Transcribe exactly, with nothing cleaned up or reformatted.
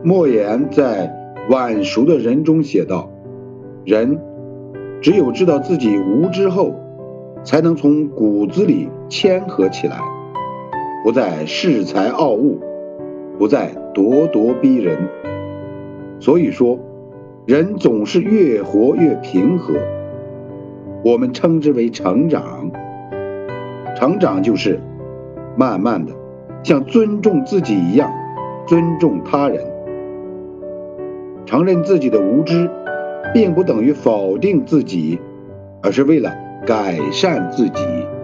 莫言在《晚熟的人》中写道，人只有知道自己无知后，才能从骨子里谦和起来，不再恃才傲物，不再咄咄逼人。所以说，人总是越活越平和，我们称之为成长。成长就是慢慢的像尊重自己一样尊重他人。承认自己的无知并不等于否定自己，而是为了改善自己。